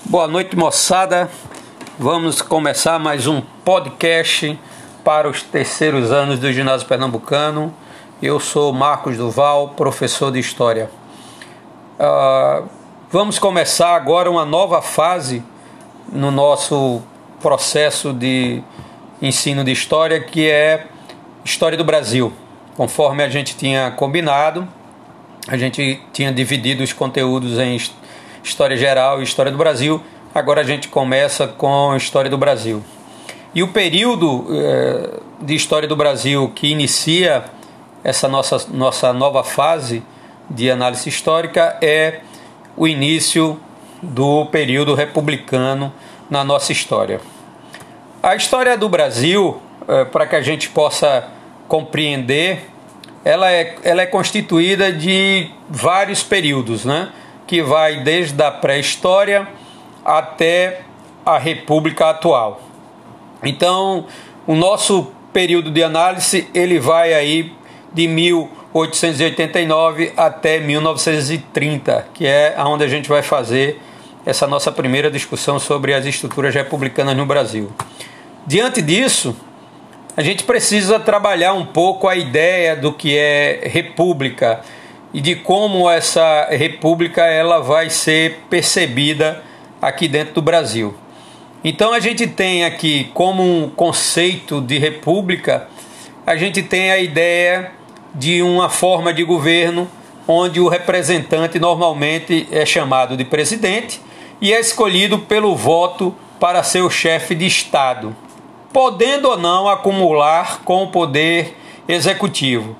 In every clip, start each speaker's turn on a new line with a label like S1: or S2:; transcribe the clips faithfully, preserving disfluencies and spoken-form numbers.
S1: Boa noite, moçada. Vamos começar mais um podcast para os terceiros anos do Ginásio Pernambucano. Eu sou Marcos Duval, professor de História. Uh, vamos começar agora uma nova fase no nosso processo de ensino de História, que é História do Brasil. Conforme a gente tinha combinado, a gente tinha dividido os conteúdos em História Geral e História do Brasil. Agora a gente começa com História do Brasil. E o período eh, de História do Brasil que inicia essa nossa, nossa nova fase de análise histórica é o início do período republicano na nossa história. A história do Brasil, eh, para que a gente possa compreender, ela é, ela é constituída de vários períodos, né? Que vai desde a pré-história até a República atual. Então, o nosso período de análise ele vai aí de mil oitocentos e oitenta e nove até mil novecentos e trinta, que é onde a gente vai fazer essa nossa primeira discussão sobre as estruturas republicanas no Brasil. Diante disso, a gente precisa trabalhar um pouco a ideia do que é república e de como essa república ela vai ser percebida aqui dentro do Brasil. Então a gente tem aqui como um conceito de república, a gente tem a ideia de uma forma de governo onde o representante normalmente é chamado de presidente e é escolhido pelo voto para ser o chefe de Estado, podendo ou não acumular com o poder executivo.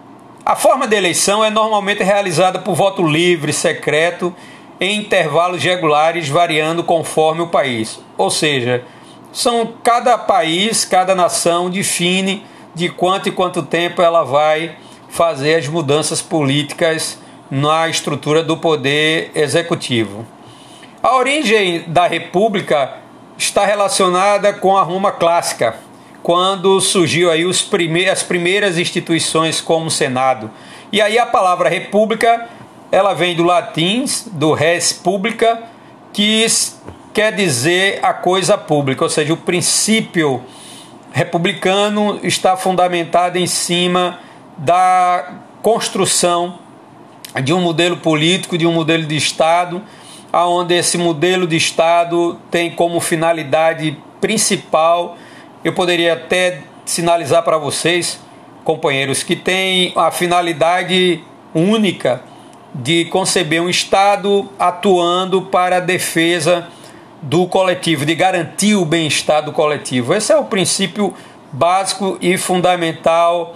S1: A forma de eleição é normalmente realizada por voto livre, secreto, em intervalos regulares, variando conforme o país. Ou seja, são cada país, cada nação define de quanto e quanto tempo ela vai fazer as mudanças políticas na estrutura do poder executivo. A origem da República está relacionada com a Roma clássica, quando surgiu aí os prime- as primeiras instituições como o Senado. E aí a palavra república, ela vem do latim, do res publica, que quer dizer a coisa pública, ou seja, o princípio republicano está fundamentado em cima da construção de um modelo político, de um modelo de Estado, onde esse modelo de Estado tem como finalidade principal, eu poderia até sinalizar para vocês, companheiros, que tem a finalidade única de conceber um Estado atuando para a defesa do coletivo, de garantir o bem-estar do coletivo. Esse é o princípio básico e fundamental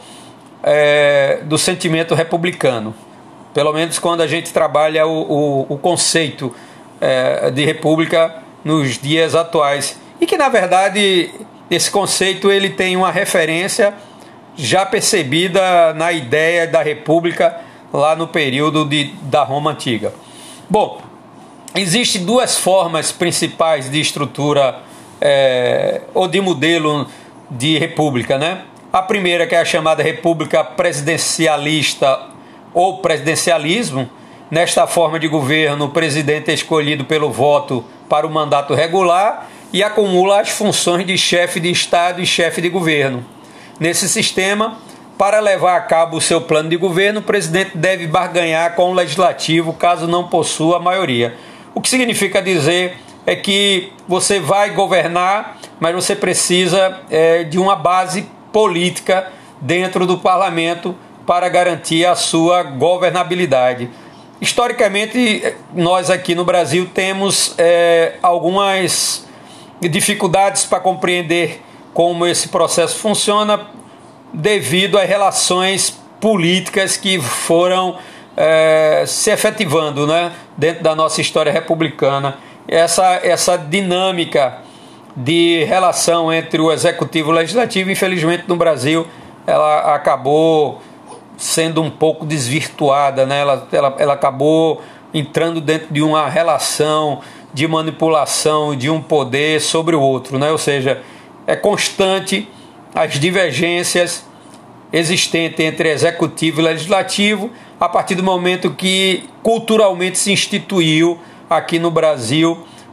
S1: é, do sentimento republicano. Pelo menos quando a gente trabalha o, o, o conceito é, de república nos dias atuais. E que, na verdade, esse conceito ele tem uma referência já percebida na ideia da república lá no período de, da Roma Antiga. Bom, existem duas formas principais de estrutura é, ou de modelo de república, né? A primeira, que é a chamada república presidencialista ou presidencialismo. Nesta forma de governo, o presidente é escolhido pelo voto para o mandato regular e acumula as funções de chefe de Estado e chefe de governo. Nesse sistema, para levar a cabo o seu plano de governo, o presidente deve barganhar com o legislativo caso não possua a maioria. O que significa dizer é que você vai governar, mas você precisa é, de uma base política dentro do parlamento para garantir a sua governabilidade. Historicamente, nós aqui no Brasil temos é, algumas dificuldades para compreender como esse processo funciona devido às relações políticas que foram é, se efetivando, né, dentro da nossa história republicana. Essa, essa dinâmica de relação entre o executivo e o legislativo, infelizmente no Brasil, ela acabou sendo um pouco desvirtuada, né? ela, ela, ela acabou entrando dentro de uma relação de manipulação de um poder sobre o outro, né? Ou seja, é constante as divergências existentes entre executivo e legislativo a partir do momento que culturalmente se instituiu aqui no Brasil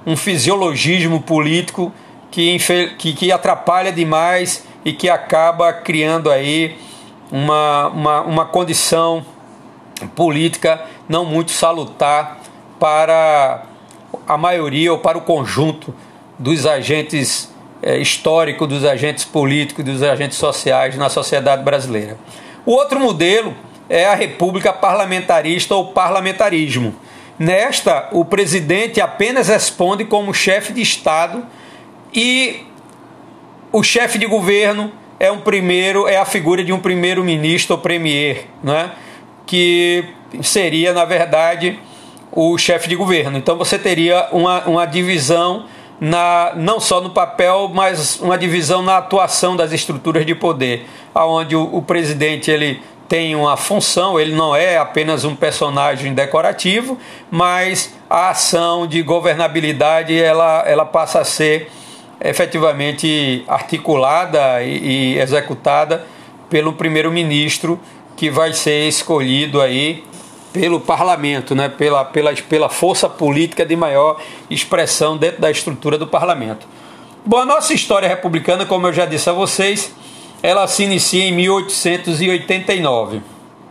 S1: um fisiologismo político que, que, que atrapalha demais e que acaba criando aí uma, uma, uma condição política não muito salutar para a maioria ou para o conjunto dos agentes é, históricos, dos agentes políticos, dos agentes sociais na sociedade brasileira. O outro modelo é a república parlamentarista ou parlamentarismo. Nesta, o presidente apenas responde como chefe de Estado e o chefe de governo é, um primeiro, é a figura de um primeiro-ministro ou premier, né? Que seria, na verdade, o chefe de governo. Então você teria uma, uma divisão, na, não só no papel, mas uma divisão na atuação das estruturas de poder, onde o, o presidente ele tem uma função, ele não é apenas um personagem decorativo, mas a ação de governabilidade ela, ela passa a ser efetivamente articulada e, e executada pelo primeiro-ministro, que vai ser escolhido aí pelo parlamento, né? pela, pela, pela força política de maior expressão dentro da estrutura do parlamento. Bom, a nossa história republicana, como eu já disse a vocês, ela se inicia em mil oitocentos e oitenta e nove.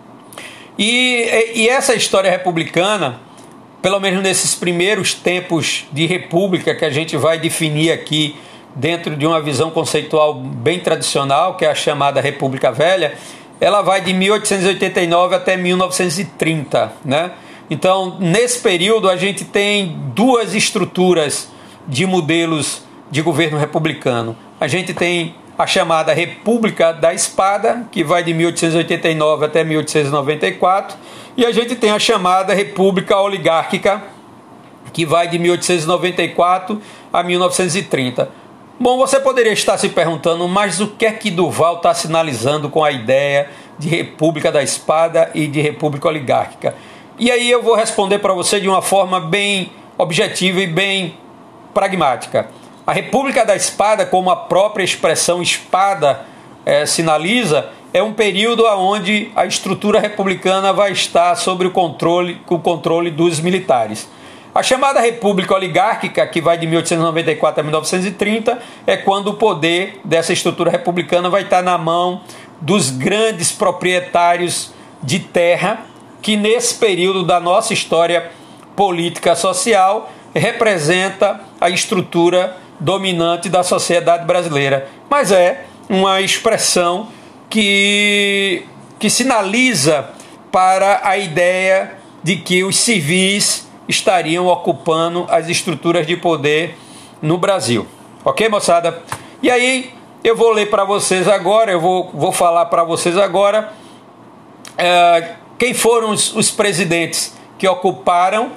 S1: E, e essa história republicana, pelo menos nesses primeiros tempos de república que a gente vai definir aqui dentro de uma visão conceitual bem tradicional, que é a chamada República Velha, ela vai de mil oitocentos e oitenta e nove até mil novecentos e trinta, né? Então, nesse período, a gente tem duas estruturas de modelos de governo republicano. A gente tem a chamada República da Espada, que vai de mil oitocentos e oitenta e nove até mil oitocentos e noventa e quatro, e a gente tem a chamada República Oligárquica, que vai de mil oitocentos e noventa e quatro a mil novecentos e trinta. Bom, você poderia estar se perguntando, mas o que é que Duval está sinalizando com a ideia de República da Espada e de República Oligárquica? E aí eu vou responder para você de uma forma bem objetiva e bem pragmática. A República da Espada, como a própria expressão espada é, sinaliza, é um período onde a estrutura republicana vai estar sob o controle, o controle dos militares. A chamada República Oligárquica, que vai de mil oitocentos e noventa e quatro a mil novecentos e trinta, é quando o poder dessa estrutura republicana vai estar na mão dos grandes proprietários de terra, que nesse período da nossa história política social representa a estrutura dominante da sociedade brasileira. Mas é uma expressão que, que sinaliza para a ideia de que os civis estariam ocupando as estruturas de poder no Brasil. Ok, moçada? E aí eu vou ler para vocês agora, eu vou, vou falar para vocês agora é, quem foram os, os presidentes que ocuparam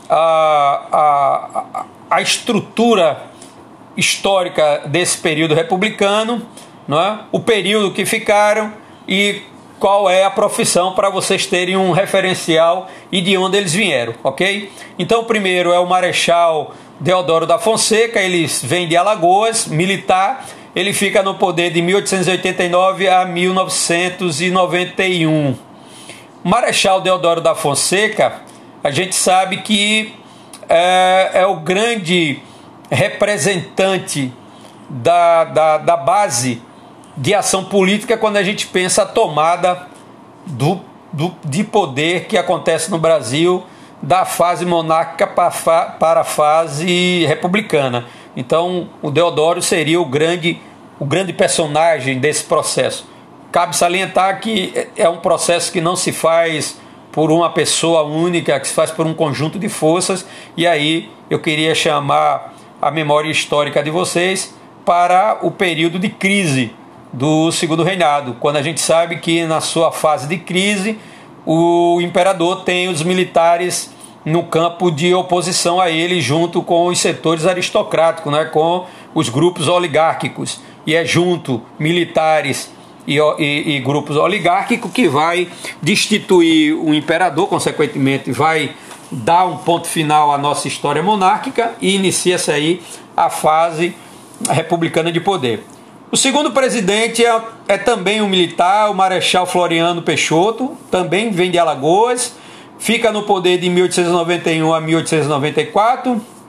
S1: a, a, a estrutura histórica desse período republicano, não é? O período que ficaram e qual é a profissão, para vocês terem um referencial e de onde eles vieram, ok? Então o primeiro é o Marechal Deodoro da Fonseca, ele vem de Alagoas, militar, ele fica no poder de mil oitocentos e oitenta e nove a mil novecentos e noventa e um. Marechal Deodoro da Fonseca, a gente sabe que é, é o grande representante da, da, da base de ação política quando a gente pensa a tomada do, do, de poder que acontece no Brasil da fase monárquica para a fase republicana. Então o Deodoro seria o grande, o grande personagem desse processo. Cabe salientar que é um processo que não se faz por uma pessoa única, que se faz por um conjunto de forças, e aí eu queria chamar a memória histórica de vocês para o período de crise do Segundo Reinado, quando a gente sabe que na sua fase de crise o imperador tem os militares no campo de oposição a ele, junto com os setores aristocráticos, né, com os grupos oligárquicos, e é junto militares e, e, e grupos oligárquicos que vai destituir o imperador, consequentemente vai dar um ponto final à nossa história monárquica e inicia-se aí a fase republicana de poder. O segundo presidente é, é também um militar, o Marechal Floriano Peixoto, também vem de Alagoas, fica no poder de mil oitocentos e noventa e um a mil oitocentos e noventa e quatro.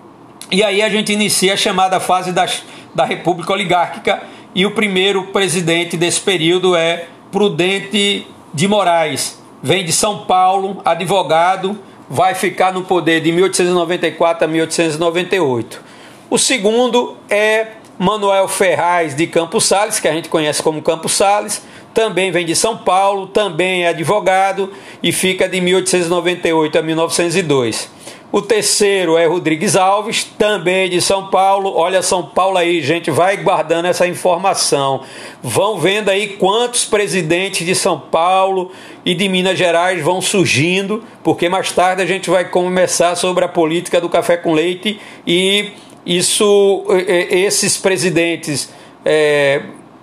S1: E aí a gente inicia a chamada fase da, da República Oligárquica, e o primeiro presidente desse período é Prudente de Moraes. Vem de São Paulo, advogado, vai ficar no poder de mil oitocentos e noventa e quatro a mil oitocentos e noventa e oito. O segundo é Manuel Ferraz de Campos Sales, que a gente conhece como Campos Sales, também vem de São Paulo, também é advogado e fica de mil oitocentos e noventa e oito a mil novecentos e dois. O terceiro é Rodrigues Alves, também de São Paulo. Olha São Paulo aí, gente, vai guardando essa informação. Vão vendo aí quantos presidentes de São Paulo e de Minas Gerais vão surgindo, porque mais tarde a gente vai começar sobre a política do café com leite, e isso, esses presidentes é,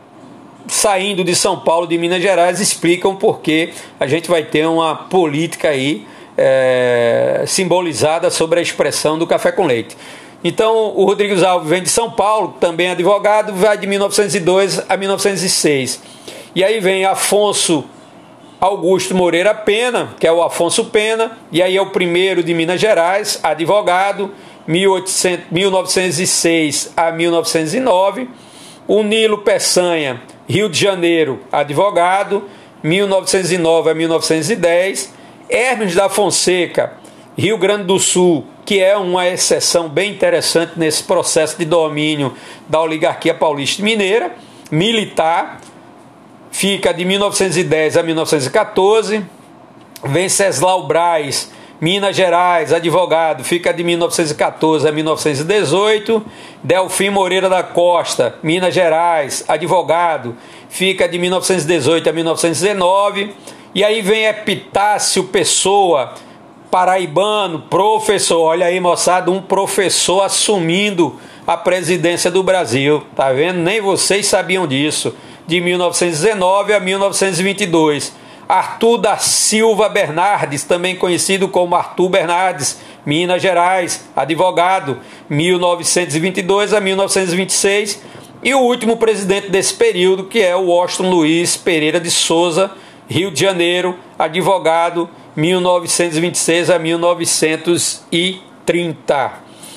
S1: saindo de São Paulo, de Minas Gerais, explicam porque a gente vai ter uma política aí É, simbolizada sobre a expressão do café com leite. Então o Rodrigues Alves vem de São Paulo, também advogado, vai de mil novecentos e dois a mil novecentos e seis. E aí vem Afonso Augusto Moreira Pena, que é o Afonso Pena, e aí é o primeiro de Minas Gerais, advogado, mil novecentos e seis a mil novecentos e nove. O Nilo Peçanha, Rio de Janeiro, advogado, mil novecentos e nove a mil novecentos e dez. Hermes da Fonseca, Rio Grande do Sul, que é uma exceção bem interessante nesse processo de domínio da oligarquia paulista e mineira, militar, fica de mil novecentos e dez a mil novecentos e quatorze. Venceslau Braz, Minas Gerais, advogado, fica de mil novecentos e quatorze a mil novecentos e dezoito. Delfim Moreira da Costa, Minas Gerais, advogado, fica de mil novecentos e dezoito a mil novecentos e dezenove. E aí vem Epitácio Pessoa, paraibano, professor. Olha aí, moçada, um professor assumindo a presidência do Brasil. Tá vendo? Nem vocês sabiam disso. De mil novecentos e dezenove a mil novecentos e vinte e dois. Arthur da Silva Bernardes, também conhecido como Arthur Bernardes, Minas Gerais, advogado, mil novecentos e vinte e dois a mil novecentos e vinte e seis. E o último presidente desse período, que é o Washington Luiz Pereira de Souza, Rio de Janeiro, advogado, mil novecentos e vinte e seis a mil novecentos e trinta.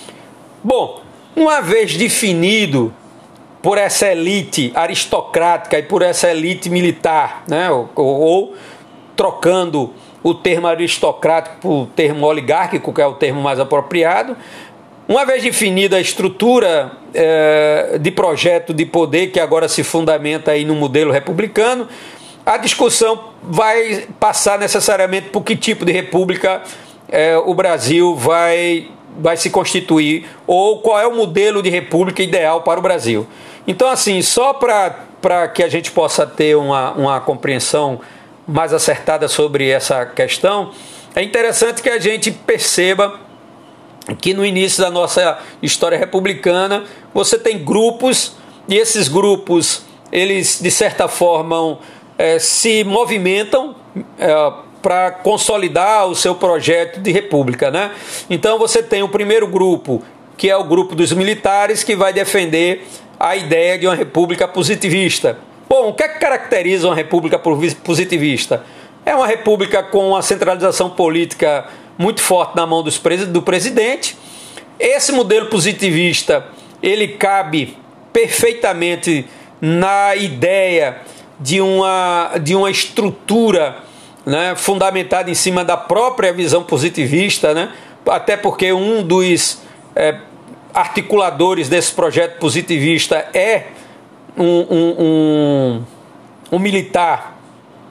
S1: Bom, uma vez definido por essa elite aristocrática e por essa elite militar, né, ou, ou, ou trocando o termo aristocrático por termo oligárquico, que é o termo mais apropriado, uma vez definida a estrutura é, de projeto de poder que agora se fundamenta aí no modelo republicano, a discussão vai passar necessariamente por que tipo de república é, o Brasil vai, vai se constituir, ou qual é o modelo de república ideal para o Brasil. Então, assim, só para que a gente possa ter uma, uma compreensão mais acertada sobre essa questão, é interessante que a gente perceba que no início da nossa história republicana você tem grupos, e esses grupos, eles de certa forma É, se movimentam é, para consolidar o seu projeto de república, né? Então você tem o primeiro grupo, que é o grupo dos militares, que vai defender a ideia de uma república positivista. Bom, o que é que caracteriza uma república positivista? É uma república com a centralização política muito forte na mão dos pres- do presidente. Esse modelo positivista, ele cabe perfeitamente na ideia de uma, de uma estrutura, né, fundamentada em cima da própria visão positivista, né, até porque um dos é, articuladores desse projeto positivista é um, um, um, um militar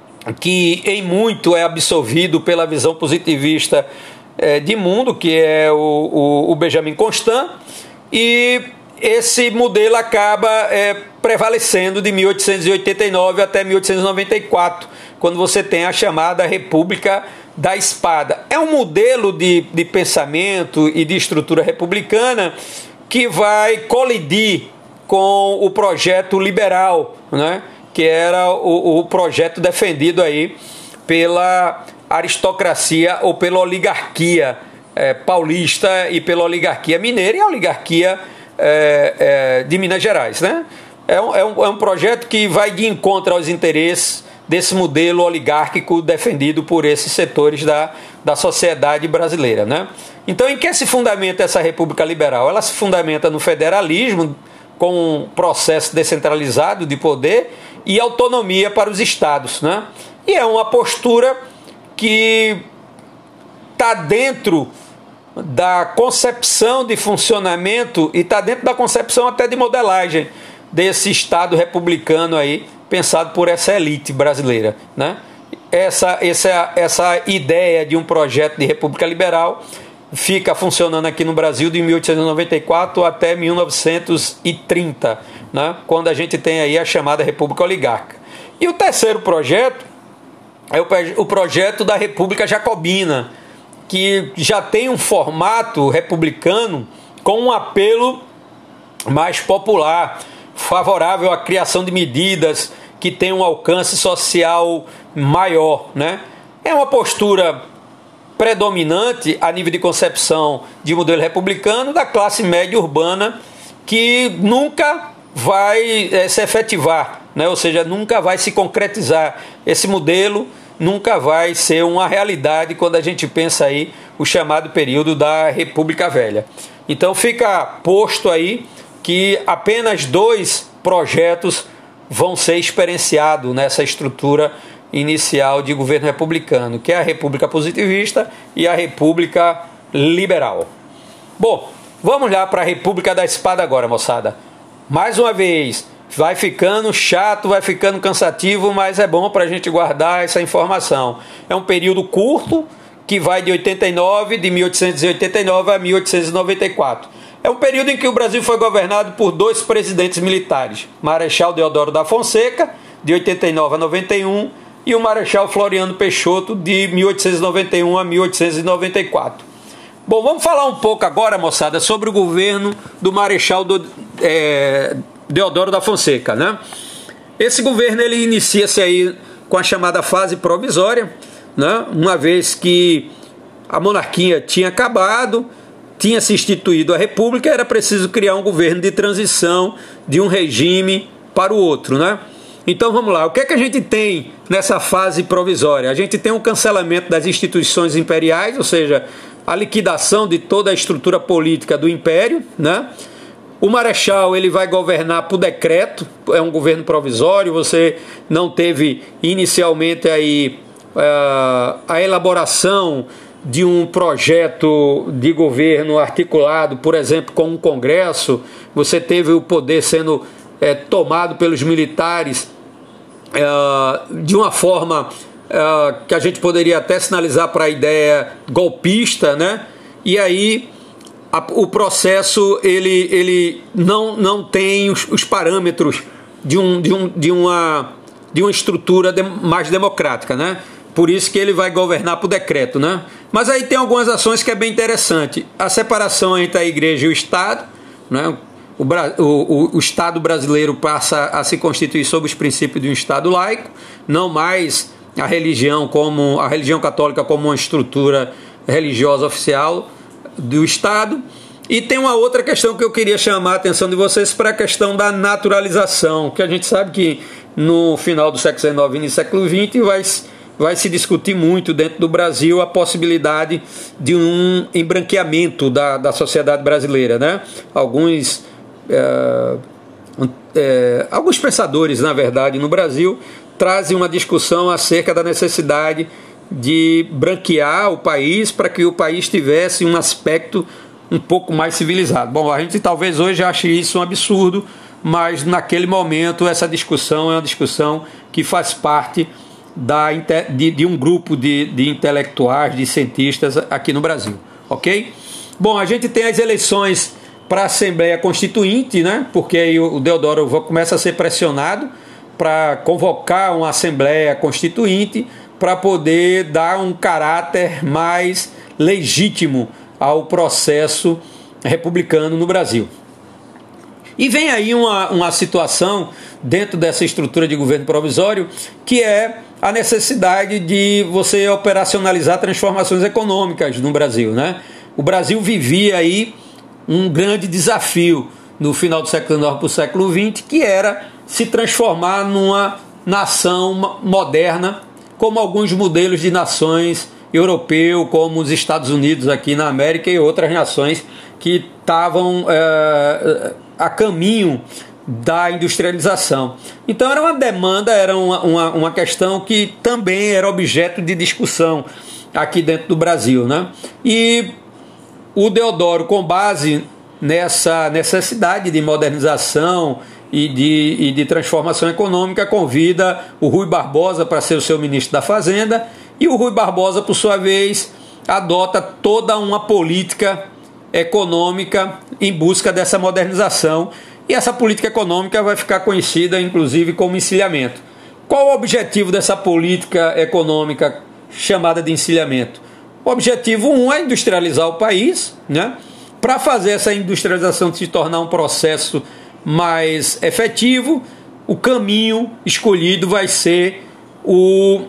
S1: que em muito é absorvido pela visão positivista é, de mundo, que é o, o, o Benjamin Constant, e esse modelo acaba é, prevalecendo de mil oitocentos e oitenta e nove até mil oitocentos e noventa e quatro, quando você tem a chamada República da Espada. É um modelo de, de pensamento e de estrutura republicana que vai colidir com o projeto liberal, né, que era o, o projeto defendido aí pela aristocracia ou pela oligarquia é, paulista e pela oligarquia mineira e a oligarquia É, é, de Minas Gerais, né? É um, é, um, é um projeto que vai de encontro aos interesses desse modelo oligárquico defendido por esses setores da, da sociedade brasileira, né? Então, em que se fundamenta essa República Liberal? Ela se fundamenta no federalismo, com um processo descentralizado de poder e autonomia para os estados, né? E é uma postura que está dentro da concepção de funcionamento e está dentro da concepção até de modelagem desse Estado republicano aí, pensado por essa elite brasileira, né? Essa, essa, essa ideia de um projeto de República Liberal fica funcionando aqui no Brasil de mil oitocentos e noventa e quatro até mil novecentos e trinta, né? Quando a gente tem aí a chamada República Oligárquica. E o terceiro projeto é o, o projeto da República Jacobina, que já tem um formato republicano com um apelo mais popular, favorável à criação de medidas que tenham um alcance social maior, né? É uma postura predominante a nível de concepção de modelo republicano da classe média urbana, que nunca vai é, se efetivar, né? Ou seja, nunca vai se concretizar. Esse modelo nunca vai ser uma realidade quando a gente pensa aí o chamado período da República Velha. Então fica posto aí que apenas dois projetos vão ser experienciados nessa estrutura inicial de governo republicano, que é a República Positivista e a República Liberal. Bom, vamos lá para a República da Espada agora, moçada. Mais uma vez, vai ficando chato, vai ficando cansativo, mas é bom para a gente guardar essa informação. É um período curto, que vai de oitenta e nove, de mil oitocentos e oitenta e nove a mil oitocentos e noventa e quatro. É um período em que o Brasil foi governado por dois presidentes militares, Marechal Deodoro da Fonseca, de oitenta e nove a noventa e um, e o Marechal Floriano Peixoto, de mil oitocentos e noventa e um a mil oitocentos e noventa e quatro. Bom, vamos falar um pouco agora, moçada, sobre o governo do Marechal do, é, Deodoro da Fonseca, né? Esse governo ele inicia-se aí com a chamada fase provisória, né? Uma vez que a monarquia tinha acabado, tinha se instituído a república, era preciso criar um governo de transição de um regime para o outro, né? Então vamos lá, o que é que a gente tem nessa fase provisória? A gente tem um cancelamento das instituições imperiais, ou seja, a liquidação de toda a estrutura política do império, né? O Marechal ele vai governar por decreto, é um governo provisório, você não teve inicialmente aí uh, a elaboração de um projeto de governo articulado, por exemplo, com um congresso, você teve o poder sendo é, tomado pelos militares é, de uma forma é, que a gente poderia até sinalizar para a ideia golpista, né? E aí a, o processo ele, ele não, não tem os, os parâmetros de, um, de, um, de, uma, de uma estrutura de, mais democrática, né? Por isso que ele vai governar por decreto, né? Mas aí tem algumas ações que é bem interessante. A separação entre a igreja e o Estado, né? O, o, o Estado brasileiro passa a se constituir sob os princípios de um Estado laico, não mais a religião como a religião católica como uma estrutura religiosa oficial do Estado. E tem uma outra questão que eu queria chamar a atenção de vocês para a questão da naturalização, que a gente sabe que no final do século dezenove e início do século vinte vai vai se discutir muito dentro do Brasil a possibilidade de um embranqueamento da, da sociedade brasileira, né? Alguns, é, é, alguns pensadores, na verdade, no Brasil, trazem uma discussão acerca da necessidade de branquear o país para que o país tivesse um aspecto um pouco mais civilizado. Bom, a gente talvez hoje ache isso um absurdo, mas naquele momento essa discussão é uma discussão que faz parte Da, de, de um grupo de, de intelectuais, de cientistas aqui no Brasil, ok? Bom, a gente tem as eleições para a Assembleia Constituinte, né? Porque aí o Deodoro começa a ser pressionado para convocar uma Assembleia Constituinte para poder dar um caráter mais legítimo ao processo republicano no Brasil. E vem aí uma, uma situação dentro dessa estrutura de governo provisório que é a necessidade de você operacionalizar transformações econômicas no Brasil, né? O Brasil vivia aí um grande desafio no final do século dezenove para o século vinte, que era se transformar numa nação moderna, como alguns modelos de nações europeu, como os Estados Unidos aqui na América e outras nações que estavam é, a caminho da industrialização. Então era uma demanda, era uma, uma, uma questão que também era objeto de discussão aqui dentro do Brasil, né? E o Deodoro, com base nessa necessidade de modernização e de, e de transformação econômica, convida o Rui Barbosa para ser o seu ministro da Fazenda, e o Rui Barbosa, por sua vez, adota toda uma política econômica em busca dessa modernização, e essa política econômica vai ficar conhecida, inclusive, como encilhamento. Qual o objetivo dessa política econômica chamada de encilhamento? O objetivo um é industrializar o país, né? Para fazer essa industrialização se tornar um processo mais efetivo, o caminho escolhido vai ser o,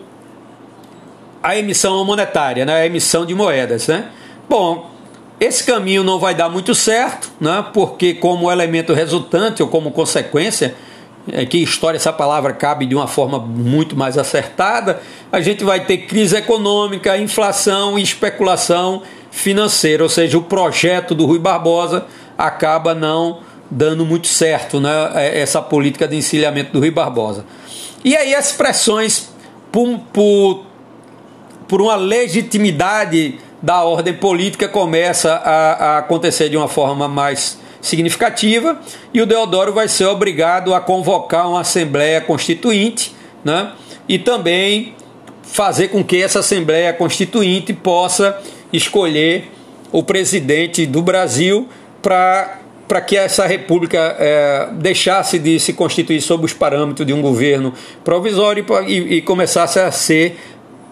S1: a emissão monetária, né? A emissão de moedas, né? Bom, esse caminho não vai dar muito certo, né? Porque como elemento resultante ou como consequência, é que história essa palavra cabe de uma forma muito mais acertada, a gente vai ter crise econômica, inflação e especulação financeira, ou seja, o projeto do Rui Barbosa acaba não dando muito certo, né? Essa política de encilhamento do Rui Barbosa. E aí as pressões por, por, por uma legitimidade da ordem política começa a, a acontecer de uma forma mais significativa, e o Deodoro vai ser obrigado a convocar uma Assembleia Constituinte, né? E também fazer com que essa Assembleia Constituinte possa escolher o presidente do Brasil para para que essa república é, deixasse de se constituir sob os parâmetros de um governo provisório e, e começasse a ser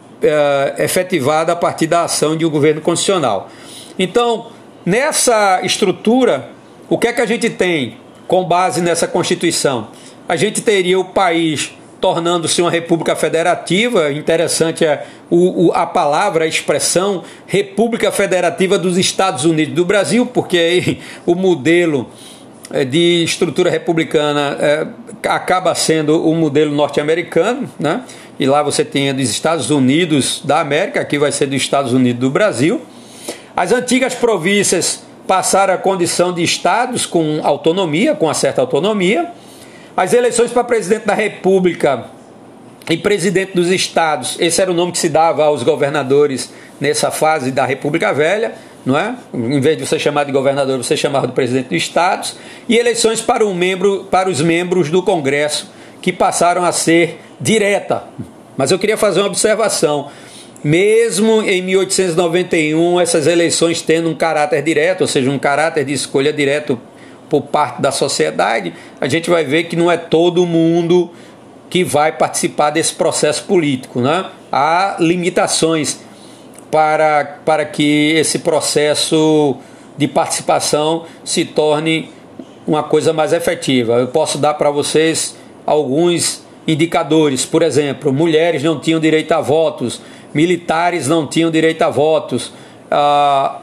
S1: é, efetivada a partir da ação de um governo constitucional. Então, nessa estrutura, o que é que a gente tem com base nessa Constituição? A gente teria o país tornando-se uma república federativa. Interessante é o, o, a palavra, a expressão República Federativa dos Estados Unidos do Brasil, porque aí o modelo de estrutura republicana é, acaba sendo o modelo norte-americano, né? E lá você tem dos Estados Unidos da América, aqui vai ser dos Estados Unidos do Brasil. As antigas províncias passaram a condição de estados com autonomia, com uma certa autonomia. As eleições para presidente da República e presidente dos estados, esse era o nome que se dava aos governadores nessa fase da República Velha, não é? Em vez de você chamar de governador, você chamava de presidente dos estados. E eleições para, um membro, para os membros do Congresso, que passaram a ser direta. Mas eu queria fazer uma observação. Mesmo em mil oitocentos e noventa e um, essas eleições tendo um caráter direto, ou seja, um caráter de escolha direto por parte da sociedade, a gente vai ver que não é todo mundo que vai participar desse processo político, né? Há limitações para, para que esse processo de participação se torne uma coisa mais efetiva. Eu posso dar para vocês alguns indicadores. Por exemplo, mulheres não tinham direito a votos, militares não tinham direito a votos, ah,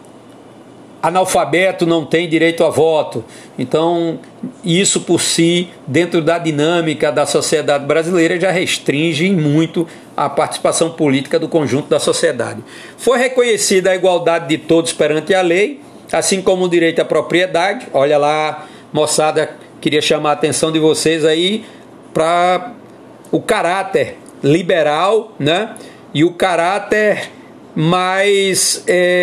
S1: analfabeto não tem direito a voto. Então, isso por si, dentro da dinâmica da sociedade brasileira, já restringe muito a participação política do conjunto da sociedade. Foi reconhecida a igualdade de todos perante a lei, assim como o direito à propriedade. Olha lá, moçada, queria chamar a atenção de vocês aí para o caráter liberal, né? E o caráter mais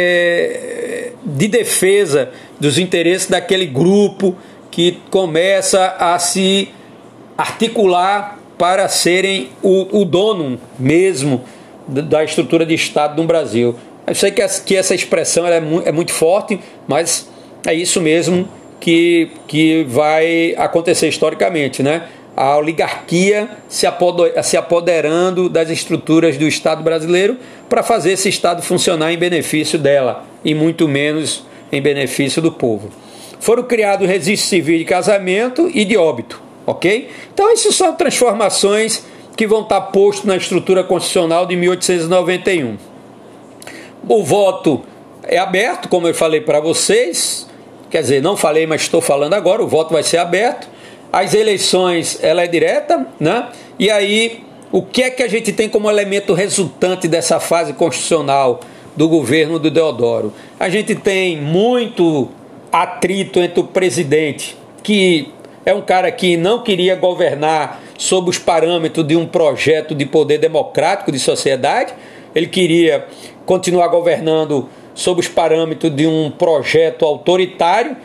S1: é, de defesa dos interesses daquele grupo que começa a se articular para serem o, o dono mesmo da estrutura de Estado no Brasil. Eu sei que, que essa expressão ela é, mu é muito forte, mas é isso mesmo que, que vai acontecer historicamente, né? A oligarquia se apoderando das estruturas do Estado brasileiro para fazer esse Estado funcionar em benefício dela e muito menos em benefício do povo. Foram criados registros civis de casamento e de óbito, ok? Então, essas são transformações que vão estar postas na estrutura constitucional de mil oitocentos e noventa e um. O voto é aberto, como eu falei para vocês, quer dizer, não falei, mas estou falando agora, o voto vai ser aberto. as eleições ela é direta, né? E aí o que é que a gente tem como elemento resultante dessa fase constitucional do governo do Deodoro? A gente tem muito atrito entre o presidente, que é um cara que não queria governar sob os parâmetros de um projeto de poder democrático de sociedade, ele queria continuar governando sob os parâmetros de um projeto autoritário,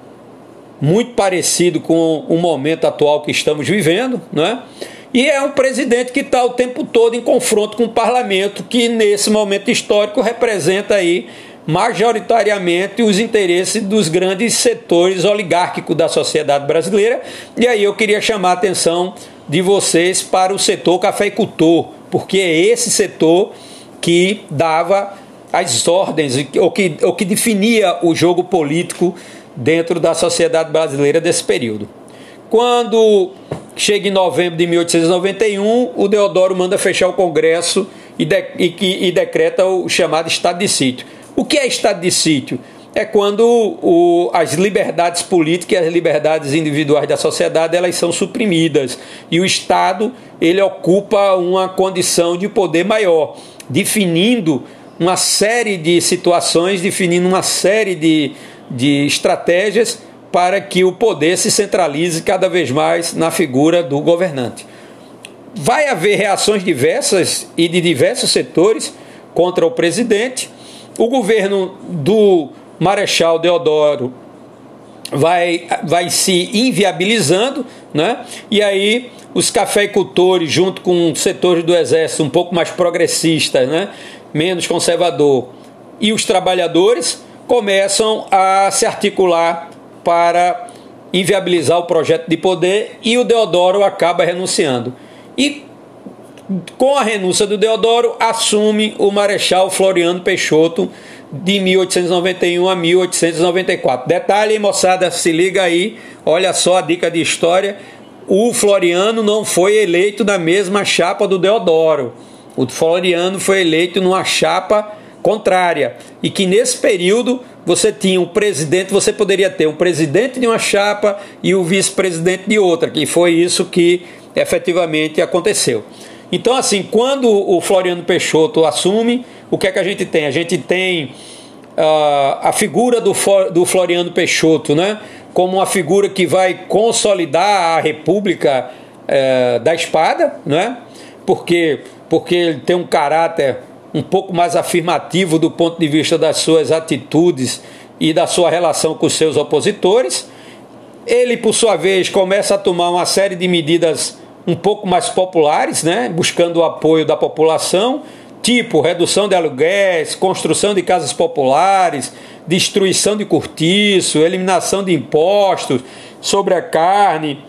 S1: muito parecido com o momento atual que estamos vivendo, né? E é um presidente que está o tempo todo em confronto com o parlamento, que nesse momento histórico representa aí majoritariamente os interesses dos grandes setores oligárquicos da sociedade brasileira. E aí eu queria chamar a atenção de vocês para o setor cafeicultor, porque é esse setor que dava as ordens, ou que, ou que definia o jogo político dentro da sociedade brasileira desse período. Quando chega em novembro de mil oitocentos e noventa e um, o Deodoro manda fechar o Congresso e, de, e, e decreta o chamado estado de sítio. O que é estado de sítio? É quando o, as liberdades políticas e as liberdades individuais da sociedade elas são suprimidas e o Estado ele ocupa uma condição de poder maior, definindo uma série de situações, definindo uma série de, de estratégias para que o poder se centralize cada vez mais na figura do governante. Vai haver reações diversas e de diversos setores contra o presidente. O governo do Marechal Deodoro vai, vai se inviabilizando, né? E aí os cafeicultores, junto com setores do exército um pouco mais progressistas, né? Menos conservador, e os trabalhadores começam a se articular para inviabilizar o projeto de poder e o Deodoro acaba renunciando. E com a renúncia do Deodoro, assume o Marechal Floriano Peixoto de mil oitocentos e noventa e um a mil oitocentos e noventa e quatro. Detalhe, hein, moçada, se liga aí, olha só a dica de história, o Floriano não foi eleito na mesma chapa do Deodoro. O Floriano foi eleito numa chapa contrária, e que nesse período você tinha um presidente, você poderia ter um presidente de uma chapa e o vice-presidente de outra, que foi isso que efetivamente aconteceu. Então, assim, quando o Floriano Peixoto assume, o que é que a gente tem? A gente tem uh, a figura do, do Floriano Peixoto, né, como uma figura que vai consolidar a República uh, da Espada, né, porque, porque ele tem um caráter um pouco mais afirmativo do ponto de vista das suas atitudes e da sua relação com os seus opositores. Ele, por sua vez, começa a tomar uma série de medidas um pouco mais populares, né, buscando o apoio da população, tipo redução de aluguéis, construção de casas populares, destruição de cortiço, eliminação de impostos sobre a carne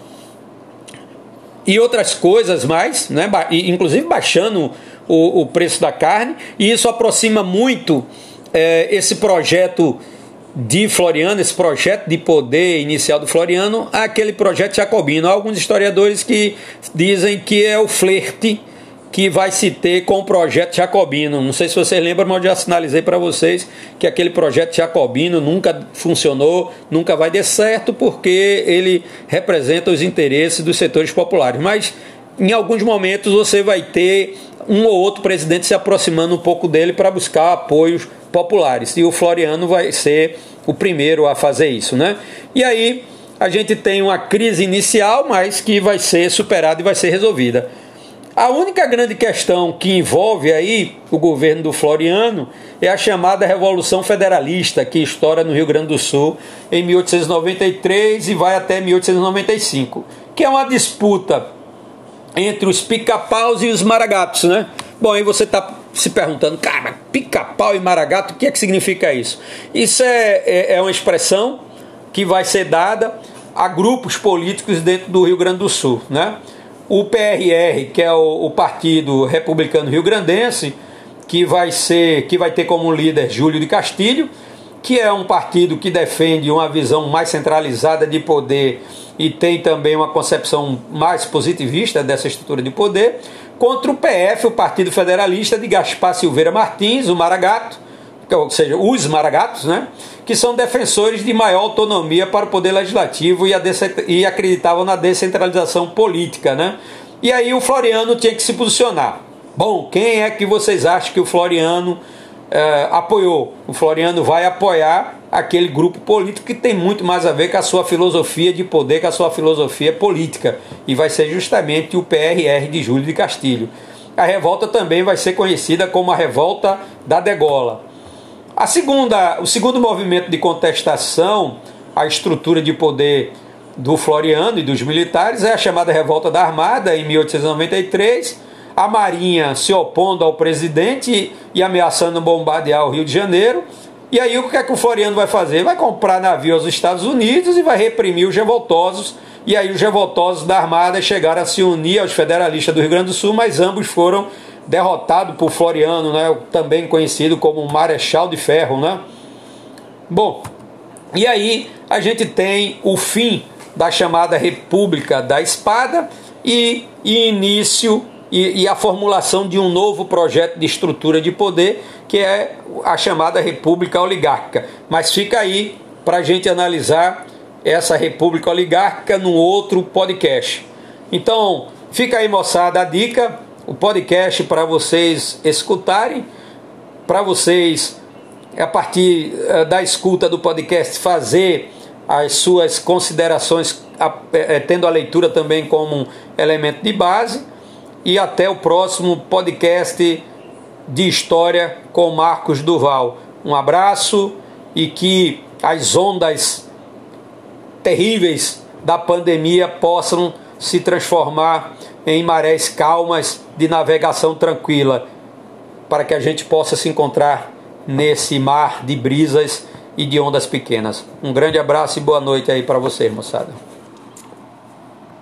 S1: e outras coisas mais, né, inclusive baixando o, o preço da carne, e isso aproxima muito é, esse projeto de Floriano, esse projeto de poder inicial do Floriano, àquele projeto jacobino. Há alguns historiadores que dizem que é o flerte que vai se ter com o projeto jacobino. Não sei se vocês lembram, mas eu já sinalizei para vocês que aquele projeto jacobino nunca funcionou, nunca vai dar certo, porque ele representa os interesses dos setores populares. Mas em alguns momentos você vai ter um ou outro presidente se aproximando um pouco dele para buscar apoios populares, e o Floriano vai ser o primeiro a fazer isso, né? E aí a gente tem uma crise inicial, mas que vai ser superada e vai ser resolvida. A única grande questão que envolve aí o governo do Floriano é a chamada Revolução Federalista, que estoura no Rio Grande do Sul em mil oitocentos e noventa e três e vai até mil oitocentos e noventa e cinco, que é uma disputa entre os pica-paus e os maragatos, né? Bom, aí você está se perguntando, cara, pica-pau e maragato, o que é que significa isso? Isso é, é, é uma expressão que vai ser dada a grupos políticos dentro do Rio Grande do Sul, né? O P R R, que é o, o Partido Republicano Rio-Grandense, que vai ser, que vai ter como líder Júlio de Castilho, que é um partido que defende uma visão mais centralizada de poder e tem também uma concepção mais positivista dessa estrutura de poder, contra o P F, o Partido Federalista de Gaspar Silveira Martins, o Maragato, ou seja, os maragatos, né, que são defensores de maior autonomia para o poder legislativo e, a e acreditavam na descentralização política, né? E aí o Floriano tinha que se posicionar. Bom, quem é que vocês acham que o Floriano eh, apoiou? O Floriano vai apoiar aquele grupo político que tem muito mais a ver com a sua filosofia de poder, com a sua filosofia política, e vai ser justamente o P R R de Júlio de Castilho. A revolta também vai ser conhecida como a Revolta da Degola. A segunda, o segundo movimento de contestação à estrutura de poder do Floriano e dos militares é a chamada Revolta da Armada, em mil oitocentos e noventa e três, a Marinha se opondo ao presidente e ameaçando bombardear o Rio de Janeiro. E aí o que é que o Floriano vai fazer? Vai comprar navio aos Estados Unidos e vai reprimir os revoltosos. E aí os revoltosos da Armada chegaram a se unir aos federalistas do Rio Grande do Sul, mas ambos foram derrotado por Floriano, né, também conhecido como Marechal de Ferro, né? Bom, e aí a gente tem o fim da chamada República da Espada e, e início e, e a formulação de um novo projeto de estrutura de poder, que é a chamada República Oligárquica. Mas fica aí para a gente analisar essa República Oligárquica num outro podcast. Então, fica aí, moçada, a dica, o podcast para vocês escutarem, para vocês, a partir da escuta do podcast, fazer as suas considerações, tendo a leitura também como um elemento de base. E até o próximo podcast de História com Marcos Duval. Um abraço e que as ondas terríveis da pandemia possam se transformar em marés calmas de navegação tranquila, para que a gente possa se encontrar nesse mar de brisas e de ondas pequenas. Um grande abraço e boa noite aí para você, moçada.